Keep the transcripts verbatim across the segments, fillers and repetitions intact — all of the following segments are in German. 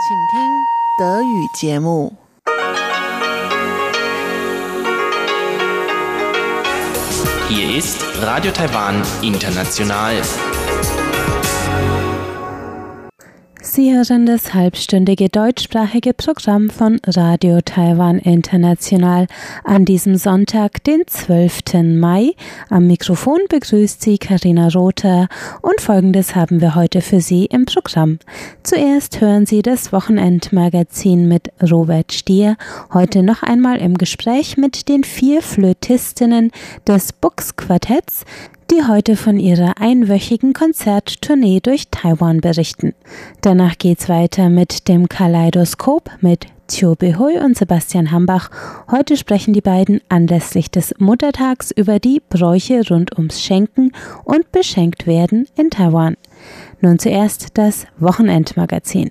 请听德语节目。 Hier ist Radio Taiwan International. Sie hören das halbstündige deutschsprachige Programm von Radio Taiwan International an diesem Sonntag, den zwölften Mai. Am Mikrofon begrüßt Sie Carina Rother und Folgendes haben wir heute für Sie im Programm. Zuerst hören Sie das Wochenendmagazin mit Robert Stier, heute noch einmal im Gespräch mit den vier Flötistinnen des Buchs-Quartetts, die heute von ihrer einwöchigen Konzerttournee durch Taiwan berichten. Danach geht's weiter mit dem Kaleidoskop mit Chiu Behui und Sebastian Hambach. Heute sprechen die beiden anlässlich des Muttertags über die Bräuche rund ums Schenken und beschenkt werden in Taiwan. Nun zuerst das Wochenendmagazin.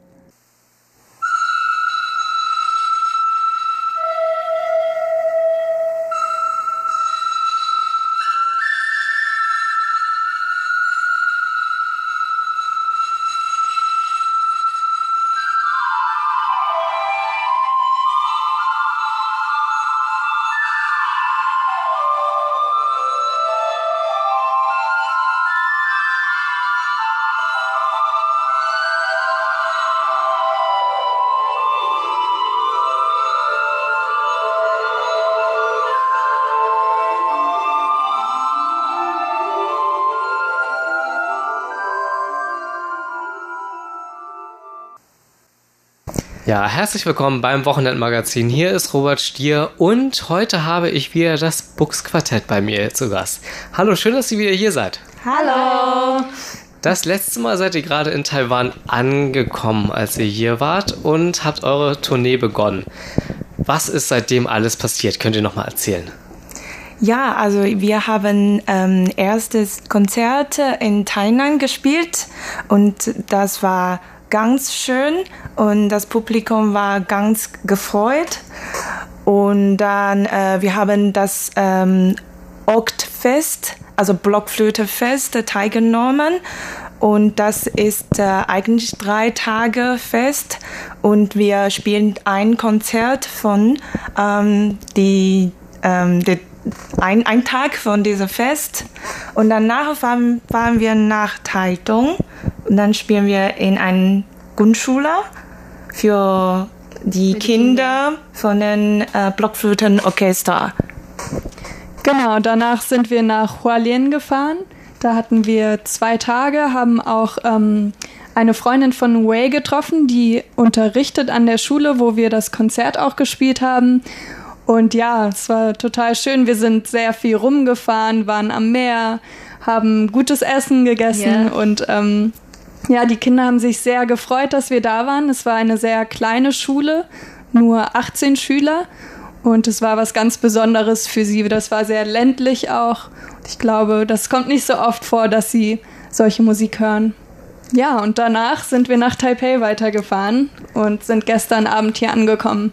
Ja, herzlich willkommen beim Wochenendmagazin. Hier ist Robert Stier und heute habe ich wieder das Buchs-Quartett bei mir zu Gast. Hallo, schön, dass ihr wieder hier seid. Hallo! Das letzte Mal seid ihr gerade in Taiwan angekommen, als ihr hier wart und habt eure Tournee begonnen. Was ist seitdem alles passiert? Könnt ihr noch mal erzählen? Ja, also wir haben ähm, erstes Konzert in Tainan gespielt und das war ganz schön und das Publikum war ganz gefreut. Und dann, äh, wir haben das ähm, Oktfest, also Blockflötefest, teilgenommen. Und das ist äh, eigentlich drei Tage Fest. Und wir spielen ein Konzert von ähm, die, ähm, die ein, ein Tag von diesem Fest. Und danach fahren, fahren wir nach Taitung. Und dann spielen wir in einer Grundschule für die Kinder von den äh, Blockflötenorchester. Genau, danach sind wir nach Hualien gefahren. Da hatten wir zwei Tage, haben auch ähm, eine Freundin von Wei getroffen, die unterrichtet an der Schule, wo wir das Konzert auch gespielt haben. Und ja, es war total schön. Wir sind sehr viel rumgefahren, waren am Meer, haben gutes Essen gegessen yeah. und ähm, ja, die Kinder haben sich sehr gefreut, dass wir da waren. Es war eine sehr kleine Schule, nur achtzehn Schüler und es war was ganz Besonderes für sie. Das war sehr ländlich auch. Und ich glaube, das kommt nicht so oft vor, dass sie solche Musik hören. Ja, und danach sind wir nach Taipei weitergefahren und sind gestern Abend hier angekommen.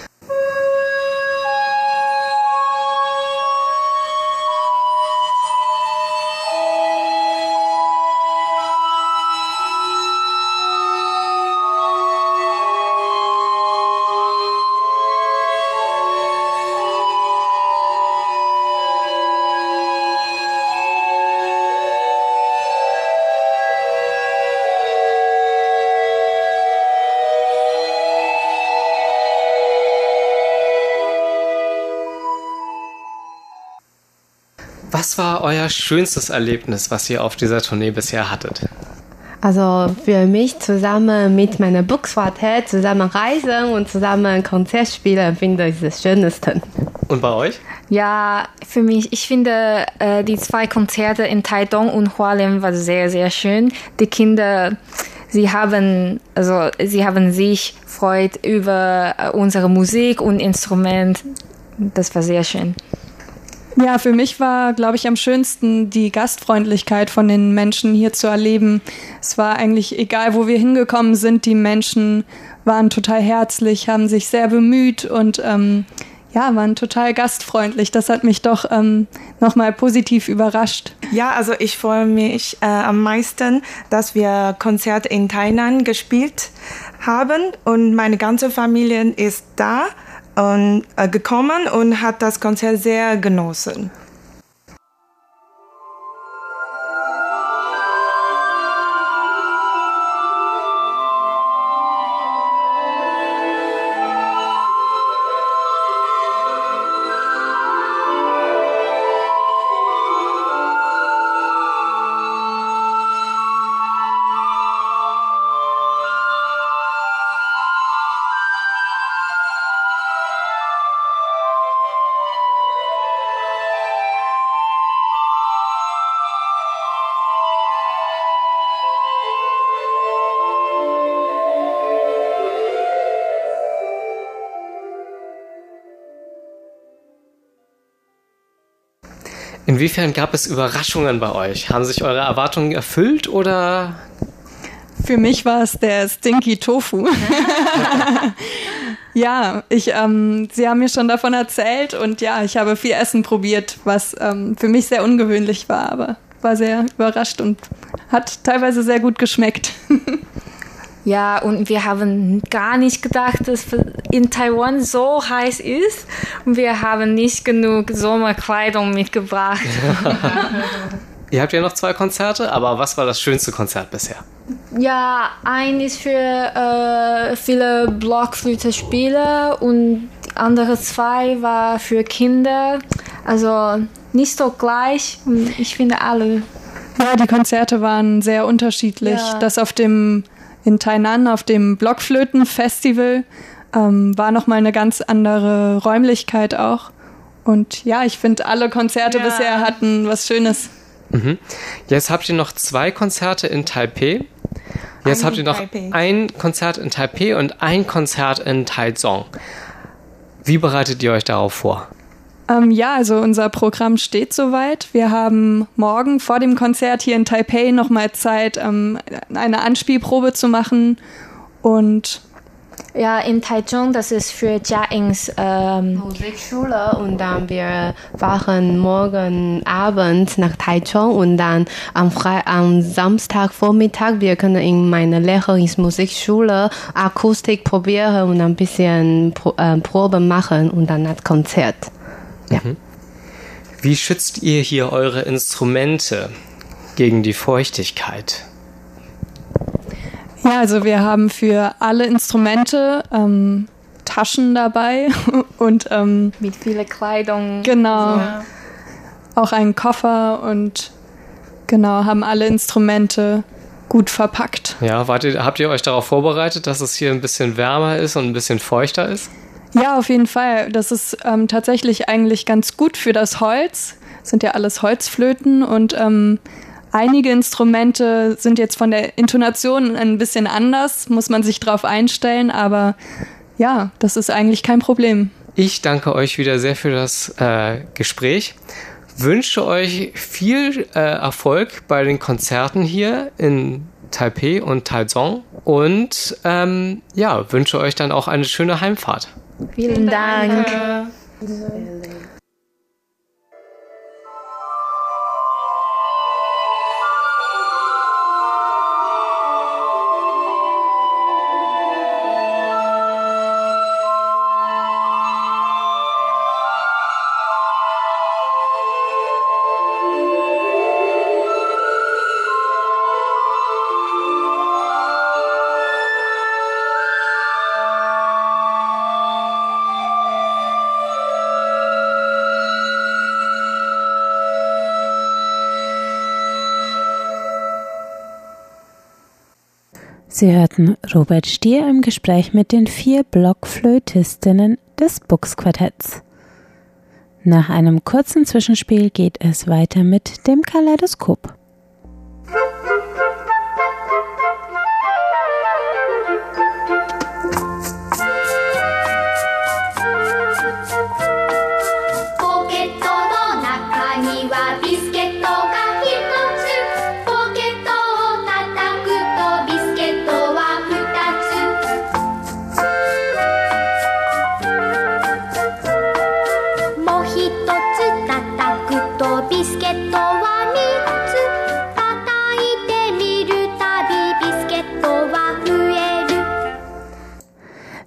Was war euer schönstes Erlebnis, was ihr auf dieser Tournee bisher hattet? Also für mich zusammen mit meinem Buchs-Quartett zusammen reisen und zusammen Konzert spielen, finde ich das Schönste. Und bei euch? Ja, für mich, ich finde äh, die zwei Konzerte in Taitung und Hualien waren sehr, sehr schön. Die Kinder, sie haben, also sie haben sich gefreut über unsere Musik und Instrument. Das war sehr schön. Ja, für mich war, glaube ich, am schönsten die Gastfreundlichkeit von den Menschen hier zu erleben. Es war eigentlich egal, wo wir hingekommen sind, die Menschen waren total herzlich, haben sich sehr bemüht und ähm, ja, waren total gastfreundlich. Das hat mich doch ähm, nochmal positiv überrascht. Ja, also ich freue mich äh, am meisten, dass wir Konzerte in Tainan gespielt haben und meine ganze Familie ist da und äh, gekommen und hat das Konzert sehr genossen. Inwiefern gab es Überraschungen bei euch? Haben sich eure Erwartungen erfüllt oder? Für mich war es der Stinky Tofu. Ja, ich, ähm, Sie haben mir schon davon erzählt und ja, ich habe viel Essen probiert, was ähm, für mich sehr ungewöhnlich war, aber war sehr überrascht und hat teilweise sehr gut geschmeckt. Ja, und wir haben gar nicht gedacht, dass in Taiwan so heiß ist. Und wir haben nicht genug Sommerkleidung mitgebracht. Ihr habt ja noch zwei Konzerte, aber was war das schönste Konzert bisher? Ja, ein ist für äh, viele Blockflöte-Spieler und die andere zwei war für Kinder. Also nicht so gleich. Und ich finde alle. Ja, die Konzerte waren sehr unterschiedlich. Ja. Das auf dem in Tainan auf dem Blockflöten-Festival ähm, war nochmal eine ganz andere Räumlichkeit auch. Und ja, ich finde, alle Konzerte ja. bisher hatten was Schönes. Mhm. Jetzt habt ihr noch zwei Konzerte in Taipei. Jetzt ein habt ihr noch Taipei. ein Konzert in Taipei und ein Konzert in Taichung. Wie bereitet ihr euch darauf vor? Ähm, ja, also unser Programm steht soweit. Wir haben morgen vor dem Konzert hier in Taipei nochmal Zeit, ähm, eine Anspielprobe zu machen. Und ja, in Taichung, das ist für Jiaings ähm Musikschule und dann wir fahren morgen Abend nach Taichung und dann am, Fre- am Samstagvormittag wir können in meiner Lehrerin-Musikschule Akustik probieren und ein bisschen Pro- äh, Probe machen und dann das Konzert. Ja. Mhm. Wie schützt ihr hier eure Instrumente gegen die Feuchtigkeit? Ja, also wir haben für alle Instrumente ähm, Taschen dabei und ähm, mit viel Kleidung. Genau. Ja. Auch einen Koffer und genau, haben alle Instrumente gut verpackt. Ja, wart ihr, habt ihr euch darauf vorbereitet, dass es hier ein bisschen wärmer ist und ein bisschen feuchter ist? Ja, auf jeden Fall. Das ist ähm, tatsächlich eigentlich ganz gut für das Holz. Das sind ja alles Holzflöten und ähm, einige Instrumente sind jetzt von der Intonation ein bisschen anders, muss man sich drauf einstellen, aber ja, das ist eigentlich kein Problem. Ich danke euch wieder sehr für das äh, Gespräch. Wünsche euch viel äh, Erfolg bei den Konzerten hier in Taipei und Taichung und ähm, ja, wünsche euch dann auch eine schöne Heimfahrt. Vielen Dank. Sie hörten Robert Stier im Gespräch mit den vier Blockflötistinnen des Buchsquartetts. Nach einem kurzen Zwischenspiel geht es weiter mit dem Kaleidoskop.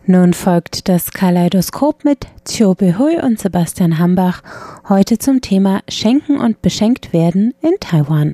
Nun folgt das Kaleidoskop mit Chiu Behui und Sebastian Hambach, heute zum Thema Schenken und beschenkt werden in Taiwan.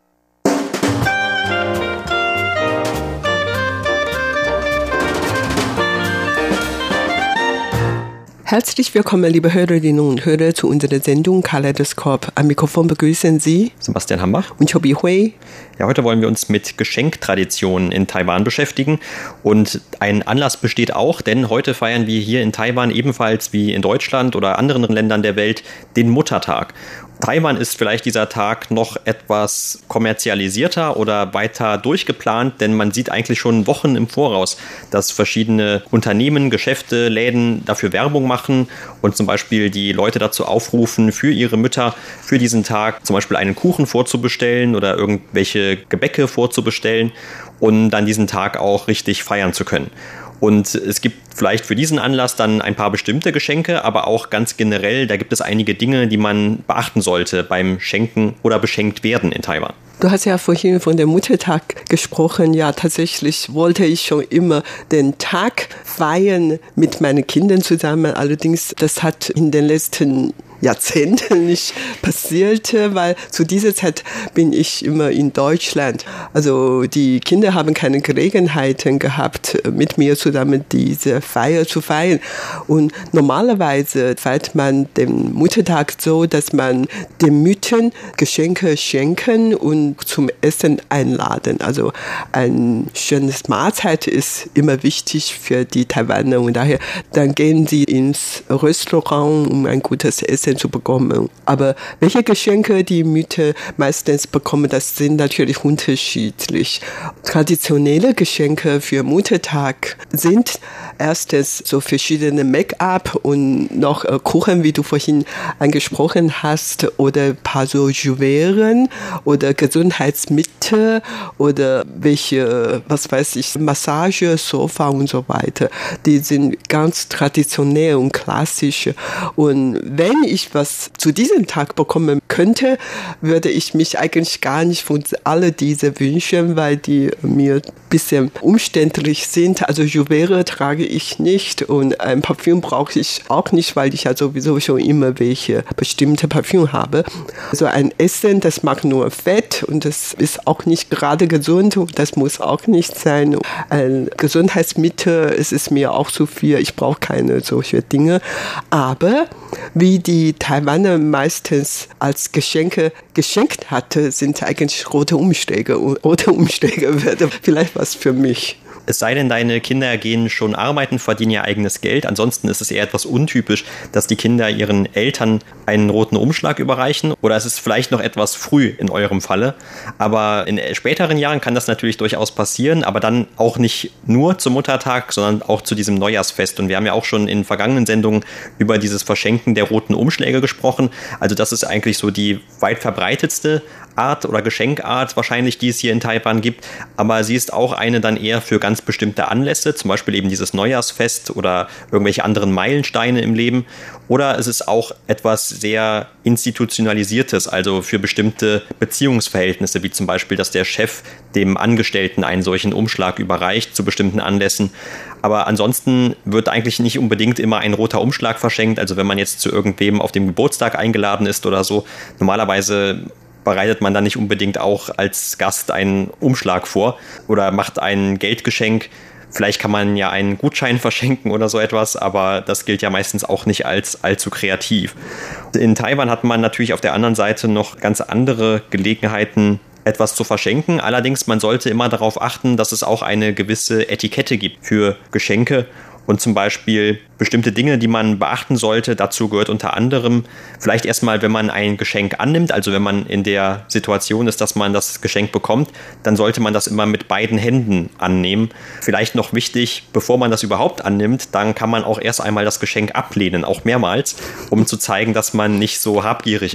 Herzlich willkommen, liebe Hörerinnen und Hörer, zu unserer Sendung Kaleidoskop. Am Mikrofon begrüßen Sie Sebastian Hambach und Chiu Behui. Ja, heute wollen wir uns mit Geschenktraditionen in Taiwan beschäftigen. Und ein Anlass besteht auch, denn heute feiern wir hier in Taiwan ebenfalls wie in Deutschland oder anderen Ländern der Welt den Muttertag. Taiwan ist vielleicht dieser Tag noch etwas kommerzialisierter oder weiter durchgeplant, denn man sieht eigentlich schon Wochen im Voraus, dass verschiedene Unternehmen, Geschäfte, Läden dafür Werbung machen und zum Beispiel die Leute dazu aufrufen, für ihre Mütter für diesen Tag zum Beispiel einen Kuchen vorzubestellen oder irgendwelche Gebäcke vorzubestellen und dann diesen Tag auch richtig feiern zu können. Und es gibt vielleicht für diesen Anlass dann ein paar bestimmte Geschenke, aber auch ganz generell, da gibt es einige Dinge, die man beachten sollte beim Schenken oder beschenkt werden in Taiwan. Du hast ja vorhin von dem Muttertag gesprochen. Ja, tatsächlich wollte ich schon immer den Tag feiern mit meinen Kindern zusammen. Allerdings, das hat in den letzten Jahrzehnten nicht passiert, weil zu dieser Zeit bin ich immer in Deutschland. Also die Kinder haben keine Gelegenheiten gehabt, mit mir zusammen diese Feier zu feiern. Und normalerweise feiert man den Muttertag so, dass man den Müttern Geschenke schenken und zum Essen einladen. Also ein schönes Mahlzeit ist immer wichtig für die Taiwaner und daher dann gehen sie ins Restaurant, um ein gutes Essen zu bekommen. Aber welche Geschenke die Mütter meistens bekommen, das sind natürlich unterschiedlich. Traditionelle Geschenke für Muttertag sind erstens so verschiedene Make-up und noch Kuchen, wie du vorhin angesprochen hast, oder ein paar so Juwelen oder Gesundheitsmittel oder welche, was weiß ich, Massage, Sofa und so weiter. Die sind ganz traditionell und klassisch. Und wenn ich was zu diesem Tag bekommen könnte, würde ich mich eigentlich gar nicht von all diese wünschen, weil die mir ein bisschen umständlich sind. Also Juwelen trage ich nicht und ein Parfüm brauche ich auch nicht, weil ich ja sowieso schon immer welche bestimmte Parfüm habe. Also ein Essen, das mag nur Fett und das ist auch nicht gerade gesund und das muss auch nicht sein. Ein Gesundheitsmittel, es ist mir auch zu viel, ich brauche keine solche Dinge. Aber wie die Taiwaner meistens als Geschenke geschenkt hatte, sind eigentlich rote Umschläge. Und rote Umschläge wäre vielleicht was für mich. Es sei denn, deine Kinder gehen schon arbeiten, verdienen ihr eigenes Geld. Ansonsten ist es eher etwas untypisch, dass die Kinder ihren Eltern einen roten Umschlag überreichen. Oder es ist vielleicht noch etwas früh in eurem Falle. Aber in späteren Jahren kann das natürlich durchaus passieren. Aber dann auch nicht nur zum Muttertag, sondern auch zu diesem Neujahrsfest. Und wir haben ja auch schon in vergangenen Sendungen über dieses Verschenken der roten Umschläge gesprochen. Also das ist eigentlich so die weit verbreitetste Art oder Geschenkart wahrscheinlich, die es hier in Taiwan gibt, aber sie ist auch eine dann eher für ganz bestimmte Anlässe, zum Beispiel eben dieses Neujahrsfest oder irgendwelche anderen Meilensteine im Leben, oder es ist auch etwas sehr Institutionalisiertes, also für bestimmte Beziehungsverhältnisse, wie zum Beispiel, dass der Chef dem Angestellten einen solchen Umschlag überreicht zu bestimmten Anlässen. Aber ansonsten wird eigentlich nicht unbedingt immer ein roter Umschlag verschenkt, also wenn man jetzt zu irgendwem auf dem Geburtstag eingeladen ist oder so, normalerweise bereitet man dann nicht unbedingt auch als Gast einen Umschlag vor oder macht ein Geldgeschenk. Vielleicht kann man ja einen Gutschein verschenken oder so etwas, aber das gilt ja meistens auch nicht als allzu kreativ. In Taiwan hat man natürlich auf der anderen Seite noch ganz andere Gelegenheiten, etwas zu verschenken. Allerdings, man sollte immer darauf achten, dass es auch eine gewisse Etikette gibt für Geschenke. Und zum Beispiel bestimmte Dinge, die man beachten sollte. Dazu gehört unter anderem vielleicht erstmal, wenn man ein Geschenk annimmt, also wenn man in der Situation ist, dass man das Geschenk bekommt, dann sollte man das immer mit beiden Händen annehmen. Vielleicht noch wichtig, bevor man das überhaupt annimmt, dann kann man auch erst einmal das Geschenk ablehnen, auch mehrmals, um zu zeigen, dass man nicht so habgierig ist.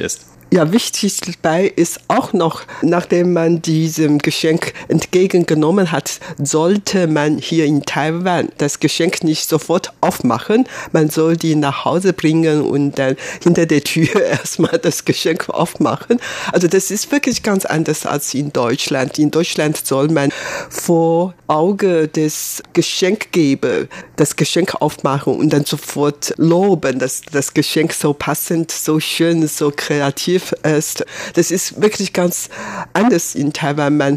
Ja, wichtig dabei ist auch noch, nachdem man diesem Geschenk entgegengenommen hat, sollte man hier in Taiwan das Geschenk nicht sofort aufmachen. Man soll die nach Hause bringen und dann hinter der Tür erstmal das Geschenk aufmachen. Also das ist wirklich ganz anders als in Deutschland. In Deutschland soll man vor Auge des Geschenkgebers das Geschenk aufmachen und dann sofort loben, dass das Geschenk so passend, so schön, so kreativ ist. Das ist wirklich ganz anders in Taiwan. Man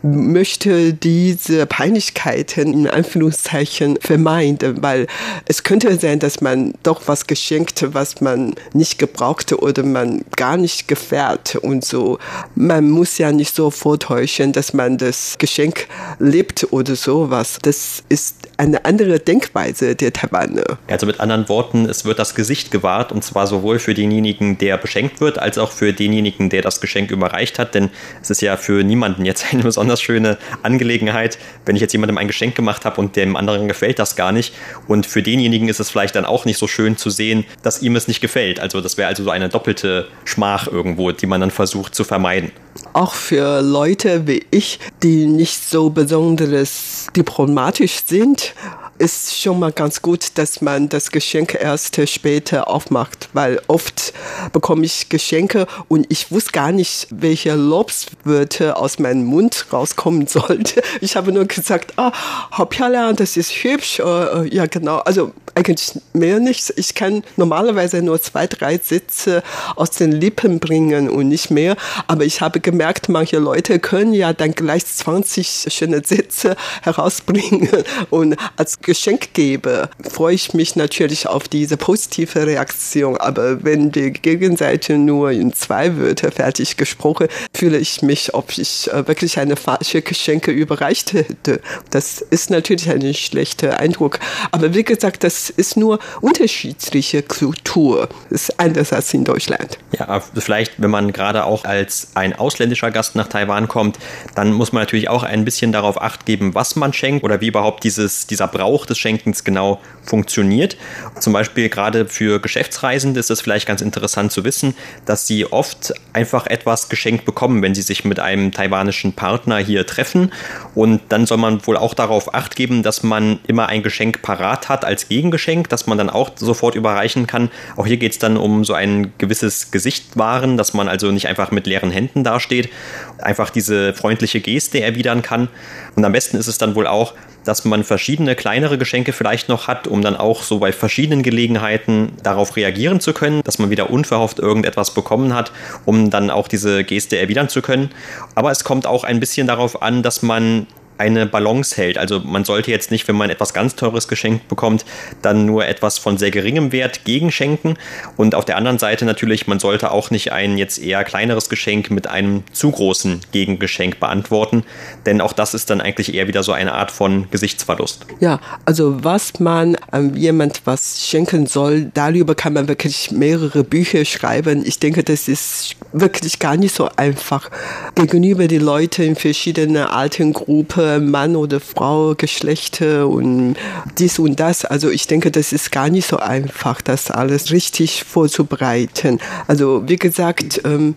möchte diese Peinlichkeiten in Anführungszeichen vermeiden, weil es könnte sein, dass man doch was geschenkt, was man nicht gebrauchte oder man gar nicht gefährt und so. Man muss ja nicht so vortäuschen, dass man das Geschenk lebt oder sowas. Das ist eine andere Denkweise der Taiwaner. Also mit anderen Worten, es wird das Gesicht gewahrt und zwar sowohl für denjenigen, der beschenkt wird, als auch für denjenigen, der das Geschenk überreicht hat, denn es ist ja für niemanden jetzt eine besonders schöne Angelegenheit, wenn ich jetzt jemandem ein Geschenk gemacht habe und dem anderen gefällt das gar nicht, und für denjenigen ist es vielleicht dann auch nicht so schön zu sehen, dass ihm es nicht gefällt. Also das wäre also so eine doppelte Schmach irgendwo, die man dann versucht zu vermeiden. Auch für Leute wie ich, die nicht so besonders diplomatisch sind, ist schon mal ganz gut, dass man das Geschenk erst später aufmacht, weil oft bekomme ich Geschenke und ich wusste gar nicht, welche Lobswörter aus meinem Mund rauskommen sollte. Ich habe nur gesagt, ah, hau漂亮, das ist hübsch, äh, ja genau, also eigentlich mehr nichts. Ich kann normalerweise nur zwei, drei Sätze aus den Lippen bringen und nicht mehr, aber ich habe gemerkt, manche Leute können ja dann gleich zwanzig schöne Sätze herausbringen und als Geschenkgeber freue ich mich natürlich auf diese positive Reaktion, aber wenn die Gegenseite nur in zwei Wörter fertig gesprochen, fühle ich mich, ob ich wirklich eine falsche Geschenke überreicht hätte. Das ist natürlich ein schlechter Eindruck, aber wie gesagt, das ist nur unterschiedliche Kultur. Das ist anders als in Deutschland. Ja, vielleicht, wenn man gerade auch als ein ausländischer Gast nach Taiwan kommt, dann muss man natürlich auch ein bisschen darauf Acht geben, was man schenkt oder wie überhaupt dieses, dieser Brauch des Schenkens genau funktioniert. Zum Beispiel gerade für Geschäftsreisende ist es vielleicht ganz interessant zu wissen, dass sie oft einfach etwas geschenkt bekommen, wenn sie sich mit einem taiwanischen Partner hier treffen. Und dann soll man wohl auch darauf Acht geben, dass man immer ein Geschenk parat hat als Gegengeschenk, das man dann auch sofort überreichen kann. Auch hier geht es dann um so ein gewisses Gesicht wahren, dass man also nicht einfach mit leeren Händen dasteht, einfach diese freundliche Geste erwidern kann. Und am besten ist es dann wohl auch, dass man verschiedene kleinere Geschenke vielleicht noch hat, um dann auch so bei verschiedenen Gelegenheiten darauf reagieren zu können, dass man wieder unverhofft irgendetwas bekommen hat, um dann auch diese Geste erwidern zu können. Aber es kommt auch ein bisschen darauf an, dass man eine Balance hält. Also man sollte jetzt nicht, wenn man etwas ganz Teures geschenkt bekommt, dann nur etwas von sehr geringem Wert gegenschenken. Und auf der anderen Seite natürlich, man sollte auch nicht ein jetzt eher kleineres Geschenk mit einem zu großen Gegengeschenk beantworten, denn auch das ist dann eigentlich eher wieder so eine Art von Gesichtsverlust. Ja, also was man ähm, jemand was schenken soll, darüber kann man wirklich mehrere Bücher schreiben. Ich denke, das ist wirklich gar nicht so einfach. Gegenüber die Leute in verschiedenen Alterngruppen, Mann oder Frau, Geschlechter und dies und das. Also ich denke, das ist gar nicht so einfach, das alles richtig vorzubereiten. Also wie gesagt, ähm,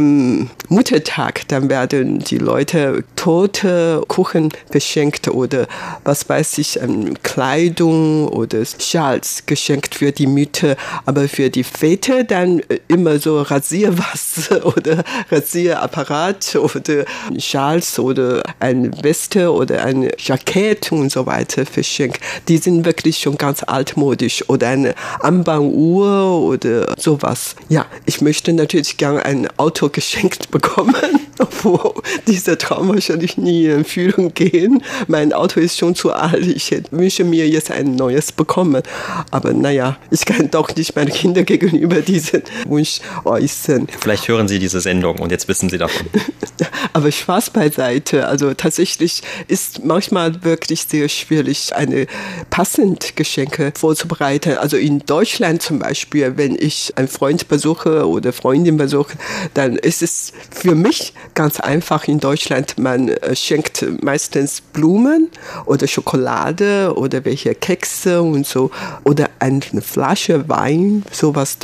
am Muttertag, dann werden die Leute Torte, Kuchen verschenkt oder was weiß ich, ähm, Kleidung oder Schals geschenkt für die Mütter. Aber für die Väter dann immer so Rasierwasser oder Rasierapparat oder Schals oder ein Weste oder ein Jackett und so weiter verschenkt. Die sind wirklich schon ganz altmodisch oder eine Armbanduhr oder sowas. Ja, ich möchte natürlich gerne ein Auto geschenkt bekommen, obwohl dieser Traum wahrscheinlich nie in Erfüllung gehen. Mein Auto ist schon zu alt. Ich wünsche mir jetzt ein neues bekommen. Aber naja, ich kann doch nicht meinen Kindern gegenüber diesen Wunsch äußern. Vielleicht hören Sie diese Sendung und jetzt wissen Sie davon. Aber Spaß beiseite. Also tatsächlich ist manchmal wirklich sehr schwierig, eine passend Geschenke vorzubereiten. Also in Deutschland zum Beispiel, wenn ich einen Freund besuche oder Freundin besuche, dann ist es für mich ganz einfach in Deutschland. Man schenkt meistens Blumen oder Schokolade oder welche Kekse und so oder eine Flasche Wein, sowas, das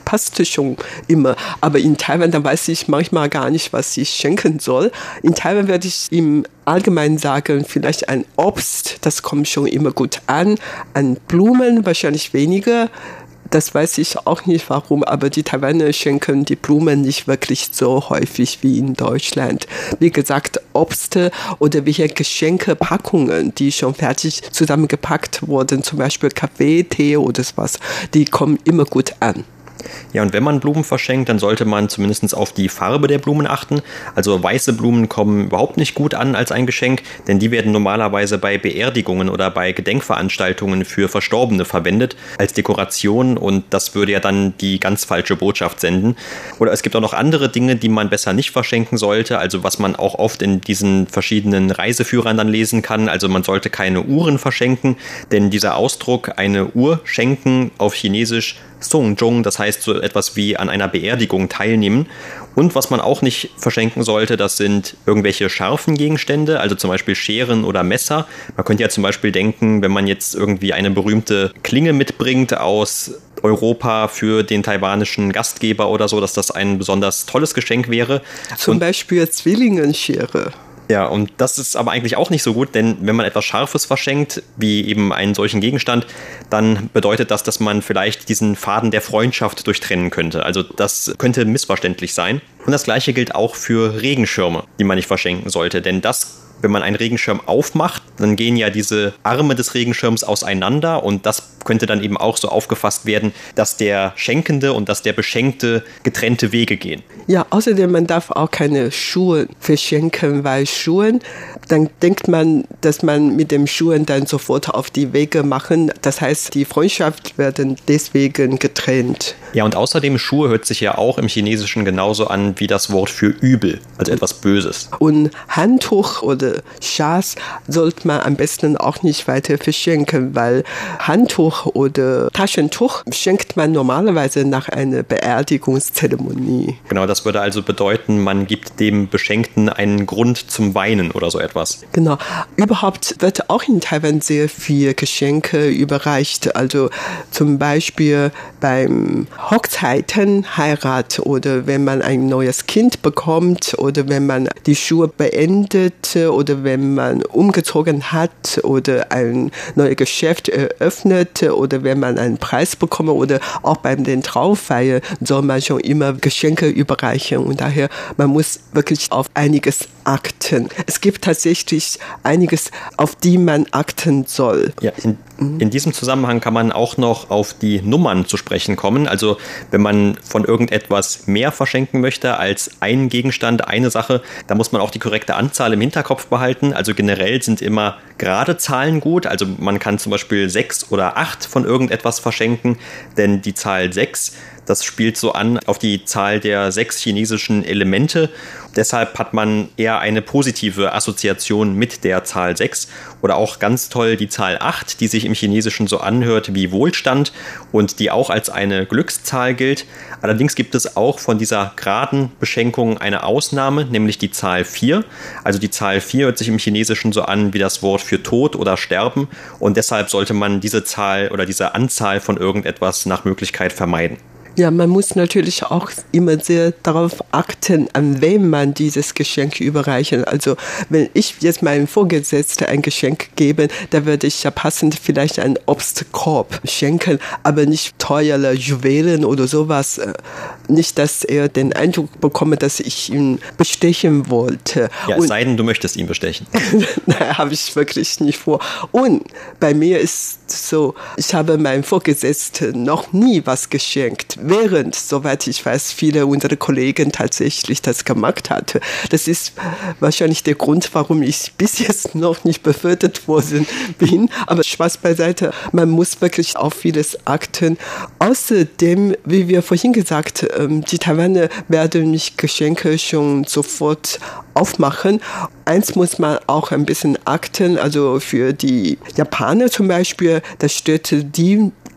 passte schon immer. Aber in Taiwan, da weiß ich manchmal gar nicht, was ich schenken soll. In Taiwan werde ich im Allgemeinen sagen, vielleicht ein Obst, das kommt schon immer gut an. An Blumen wahrscheinlich weniger. Das weiß ich auch nicht warum, aber die Taiwaner schenken die Blumen nicht wirklich so häufig wie in Deutschland. Wie gesagt, Obste oder welche Geschenkepackungen, die schon fertig zusammengepackt wurden, zum Beispiel Kaffee, Tee oder sowas, die kommen immer gut an. Ja, und wenn man Blumen verschenkt, dann sollte man zumindest auf die Farbe der Blumen achten. Also weiße Blumen kommen überhaupt nicht gut an als ein Geschenk, denn die werden normalerweise bei Beerdigungen oder bei Gedenkveranstaltungen für Verstorbene verwendet als Dekoration und das würde ja dann die ganz falsche Botschaft senden. Oder es gibt auch noch andere Dinge, die man besser nicht verschenken sollte, also was man auch oft in diesen verschiedenen Reiseführern dann lesen kann. Also man sollte keine Uhren verschenken, denn dieser Ausdruck, eine Uhr schenken auf Chinesisch, Songjong, das heißt so etwas wie an einer Beerdigung teilnehmen. Und was man auch nicht verschenken sollte, das sind irgendwelche scharfen Gegenstände, also zum Beispiel Scheren oder Messer. Man könnte ja zum Beispiel denken, wenn man jetzt irgendwie eine berühmte Klinge mitbringt aus Europa für den taiwanischen Gastgeber oder so, dass das ein besonders tolles Geschenk wäre. Zum Und Beispiel Zwillingenschere. Ja, und das ist aber eigentlich auch nicht so gut, denn wenn man etwas Scharfes verschenkt, wie eben einen solchen Gegenstand, dann bedeutet das, dass man vielleicht diesen Faden der Freundschaft durchtrennen könnte. Also das könnte missverständlich sein. Und das Gleiche gilt auch für Regenschirme, die man nicht verschenken sollte, denn das, wenn man einen Regenschirm aufmacht, dann gehen ja diese Arme des Regenschirms auseinander und das könnte dann eben auch so aufgefasst werden, dass der Schenkende und dass der Beschenkte getrennte Wege gehen. Ja, außerdem, man darf auch keine Schuhe verschenken, weil Schuhe, dann denkt man, dass man mit den Schuhen dann sofort auf die Wege machen. Das heißt, die Freundschaft werden deswegen getrennt. Ja, und außerdem Schuhe hört sich ja auch im Chinesischen genauso an wie das Wort für übel, also etwas Böses. Und Handtuch oder Schals sollte man am besten auch nicht weiter verschenken, weil Handtuch oder Taschentuch schenkt man normalerweise nach einer Beerdigungszeremonie. Genau, das würde also bedeuten, man gibt dem Beschenkten einen Grund zum Weinen oder so etwas. Genau. Überhaupt wird auch in Taiwan sehr viel Geschenke überreicht. Also zum Beispiel beim Hochzeiten, Heirat oder wenn man ein neues Kind bekommt oder wenn man die Schule beendet oder wenn man umgezogen hat oder ein neues Geschäft eröffnet oder wenn man einen Preis bekommt oder auch beim den Trauerfeier soll man schon immer Geschenke überreichen und daher man muss wirklich auf einiges achten. Es gibt tatsächlich einiges, auf die man achten soll. Ja, in, in diesem Zusammenhang kann man auch noch auf die Nummern zu sprechen kommen. Also wenn man von irgendetwas mehr verschenken möchte als ein Gegenstand, eine Sache, da muss man auch die korrekte Anzahl im Hinterkopf behalten. Also generell sind immer gerade Zahlen gut. Also man kann zum Beispiel sechs oder acht von irgendetwas verschenken, denn die Zahl sechs, das spielt so an auf die Zahl der sechs chinesischen Elemente. Deshalb hat man eher eine positive Assoziation mit der Zahl sechs. Oder auch ganz toll die Zahl acht, die sich im Chinesischen so anhört wie Wohlstand und die auch als eine Glückszahl gilt. Allerdings gibt es auch von dieser geraden Beschenkung eine Ausnahme, nämlich die Zahl vier. Also die Zahl vier hört sich im Chinesischen so an wie das Wort für Tod oder Sterben. Und deshalb sollte man diese Zahl oder diese Anzahl von irgendetwas nach Möglichkeit vermeiden. Ja, man muss natürlich auch immer sehr darauf achten, an wem man dieses Geschenk überreichen. Also wenn ich jetzt meinem Vorgesetzten ein Geschenk gebe, da würde ich ja passend vielleicht einen Obstkorb schenken, aber nicht teure Juwelen oder sowas. Nicht, dass er den Eindruck bekommt, dass ich ihn bestechen wollte. Ja, es sei denn, du möchtest ihn bestechen. Nein, habe ich wirklich nicht vor. Und bei mir ist so, ich habe meinem Vorgesetzten noch nie was geschenkt. Während, soweit ich weiß, viele unserer Kollegen tatsächlich das gemacht hatten. Das ist wahrscheinlich der Grund, warum ich bis jetzt noch nicht befördert worden bin. Aber Spaß beiseite, man muss wirklich auf vieles achten. Außerdem, wie wir vorhin gesagt haben, die Taiwaner werden nicht Geschenke schon sofort aufmachen. Eins muss man auch ein bisschen achten, also für die Japaner zum Beispiel, da steht die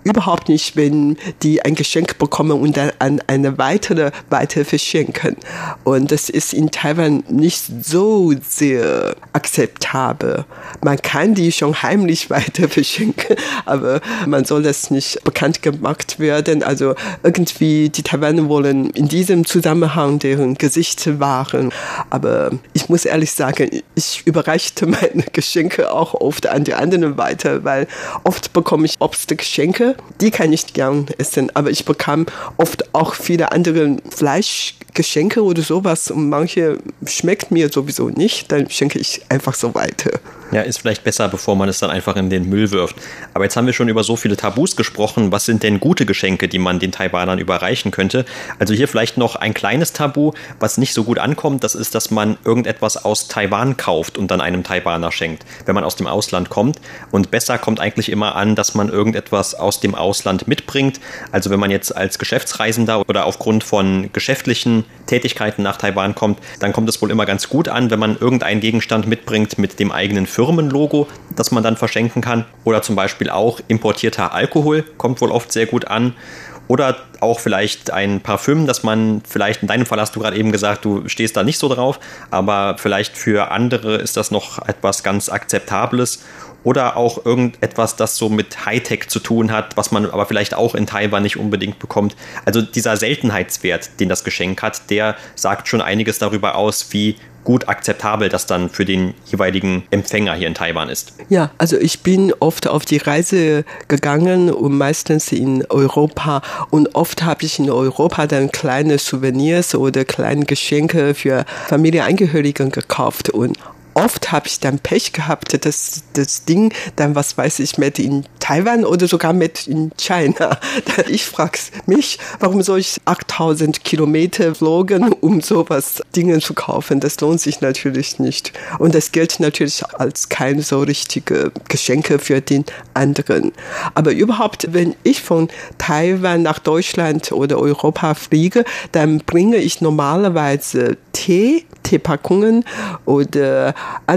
überhaupt nicht, wenn die ein Geschenk bekommen und dann an eine weitere weiter verschenken. Und das ist in Taiwan nicht so sehr akzeptabel. Man kann die schon heimlich weiter verschenken, aber man soll das nicht bekannt gemacht werden. Also irgendwie, die Taiwaner wollen in diesem Zusammenhang deren Gesichter wahren. Aber ich muss ehrlich sagen, ich überreichte meine Geschenke auch oft an die anderen weiter, weil oft bekomme ich Obstgeschenke, die kann ich gern essen, aber ich bekam oft auch viele andere Fleischgeschenke oder sowas und manche schmeckt mir sowieso nicht, dann schenke ich einfach so weiter. Ja, ist vielleicht besser, bevor man es dann einfach in den Müll wirft. Aber jetzt haben wir schon über so viele Tabus gesprochen. Was sind denn gute Geschenke, die man den Taiwanern überreichen könnte? Also hier vielleicht noch ein kleines Tabu, was nicht so gut ankommt. Das ist, dass man irgendetwas aus Taiwan kauft und dann einem Taiwaner schenkt, wenn man aus dem Ausland kommt. Und besser kommt eigentlich immer an, dass man irgendetwas aus dem Ausland mitbringt. Also wenn man jetzt als Geschäftsreisender oder aufgrund von geschäftlichen Tätigkeiten nach Taiwan kommt, dann kommt es wohl immer ganz gut an, wenn man irgendeinen Gegenstand mitbringt mit dem eigenen Firmenlogo, das man dann verschenken kann. Oder zum Beispiel auch importierter Alkohol, kommt wohl oft sehr gut an. Oder auch vielleicht ein Parfüm, das man vielleicht, in deinem Fall hast du gerade eben gesagt, du stehst da nicht so drauf, aber vielleicht für andere ist das noch etwas ganz Akzeptables. Oder auch irgendetwas, das so mit Hightech zu tun hat, was man aber vielleicht auch in Taiwan nicht unbedingt bekommt. Also dieser Seltenheitswert, den das Geschenk hat, der sagt schon einiges darüber aus, wie gut akzeptabel das dann für den jeweiligen Empfänger hier in Taiwan ist. Ja, also ich bin oft auf die Reise gegangen und meistens in Europa und oft habe ich in Europa dann kleine Souvenirs oder kleine Geschenke für Familienangehörigen gekauft und oft habe ich dann Pech gehabt, dass das Ding dann, was weiß ich, mit in Taiwan oder sogar mit in China. Ich frage mich, warum soll ich achttausend Kilometer flogen, um sowas Dinge zu kaufen? Das lohnt sich natürlich nicht. Und das gilt natürlich als keine so richtige Geschenke für den anderen. Aber überhaupt, wenn ich von Taiwan nach Deutschland oder Europa fliege, dann bringe ich normalerweise Tee, Teepackungen oder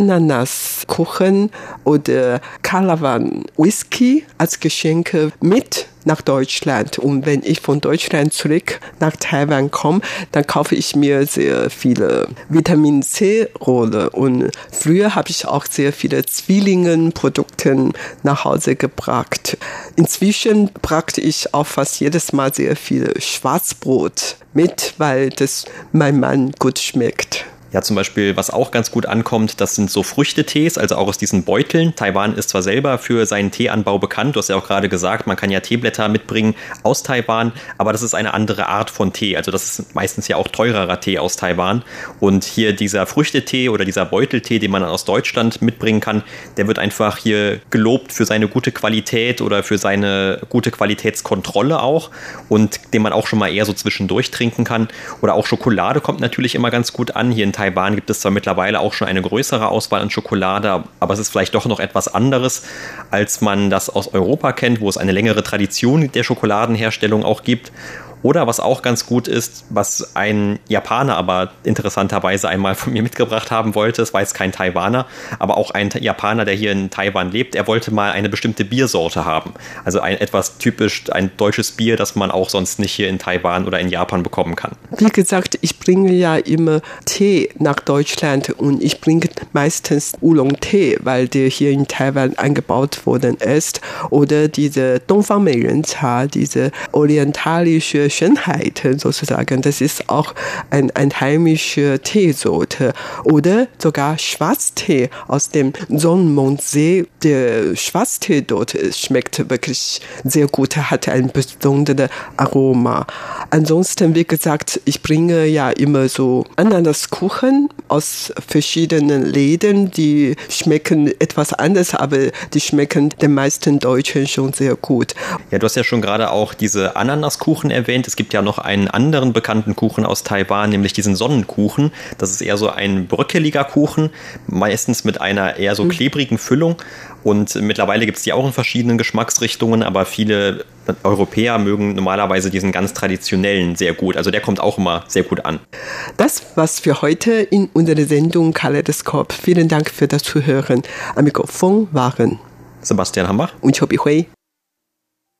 Ananaskuchen oder Kalawan Whisky als Geschenke mit nach Deutschland. Und wenn ich von Deutschland zurück nach Taiwan komme, dann kaufe ich mir sehr viele Vitamin-C-Rolle. Und früher habe ich auch sehr viele Zwillingen-Produkte nach Hause gebracht. Inzwischen brachte ich auch fast jedes Mal sehr viel Schwarzbrot mit, weil das meinem Mann gut schmeckt. Ja, zum Beispiel, was auch ganz gut ankommt, das sind so Früchtetees, also auch aus diesen Beuteln. Taiwan ist zwar selber für seinen Teeanbau bekannt, du hast ja auch gerade gesagt, man kann ja Teeblätter mitbringen aus Taiwan, aber das ist eine andere Art von Tee. Also das ist meistens ja auch teurerer Tee aus Taiwan. Und hier dieser Früchtetee oder dieser Beuteltee, den man aus Deutschland mitbringen kann, der wird einfach hier gelobt für seine gute Qualität oder für seine gute Qualitätskontrolle auch und den man auch schon mal eher so zwischendurch trinken kann. Oder auch Schokolade kommt natürlich immer ganz gut an. Hier in Taiwan Taiwan gibt es zwar mittlerweile auch schon eine größere Auswahl an Schokolade, aber es ist vielleicht doch noch etwas anderes, als man das aus Europa kennt, wo es eine längere Tradition der Schokoladenherstellung auch gibt. Oder was auch ganz gut ist, was ein Japaner aber interessanterweise einmal von mir mitgebracht haben wollte, es war jetzt kein Taiwaner, aber auch ein Japaner, der hier in Taiwan lebt, er wollte mal eine bestimmte Biersorte haben. Also ein etwas typisch, ein deutsches Bier, das man auch sonst nicht hier in Taiwan oder in Japan bekommen kann. Wie gesagt, ich bringe ja immer Tee nach Deutschland und ich bringe meistens Oolong-Tee, weil der hier in Taiwan angebaut worden ist. Oder diese Dongfang-Meiren-Cha, diese orientalische Schönheit sozusagen. Das ist auch ein, ein heimische Teesorte. Oder sogar Schwarztee aus dem Sonnenmondsee. Der Schwarztee dort schmeckt wirklich sehr gut, hat ein besonderes Aroma. Ansonsten, wie gesagt, ich bringe ja immer so Ananaskuchen aus verschiedenen Läden. Die schmecken etwas anders, aber die schmecken den meisten Deutschen schon sehr gut. Ja, du hast ja schon gerade auch diese Ananaskuchen erwähnt. Es gibt ja noch einen anderen bekannten Kuchen aus Taiwan, nämlich diesen Sonnenkuchen. Das ist eher so ein bröckeliger Kuchen, meistens mit einer eher so klebrigen Füllung. Und mittlerweile gibt es die auch in verschiedenen Geschmacksrichtungen, aber viele Europäer mögen normalerweise diesen ganz traditionellen sehr gut. Also der kommt auch immer sehr gut an. Das war's für heute in unserer Sendung Kaleidoskop. Vielen Dank für das Zuhören. Am Mikrofon waren Sebastian Hambach und Chobi Hui.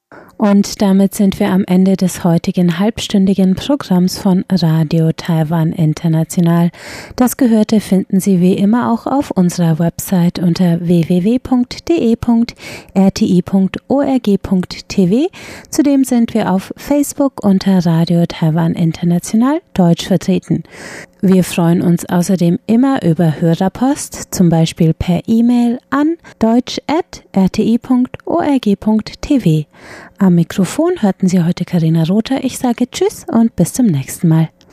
Und damit sind wir am Ende des heutigen halbstündigen Programms von Radio Taiwan International. Das Gehörte finden Sie wie immer auch auf unserer Website unter w w w punkt d e punkt r t i punkt org punkt t v. Zudem sind wir auf Facebook unter Radio Taiwan International Deutsch vertreten. Wir freuen uns außerdem immer über Hörerpost, zum Beispiel per E-Mail an deutsch at r t i punkt org punkt t v. Am Mikrofon hörten Sie heute Carina Rother. Ich sage Tschüss und bis zum nächsten Mal.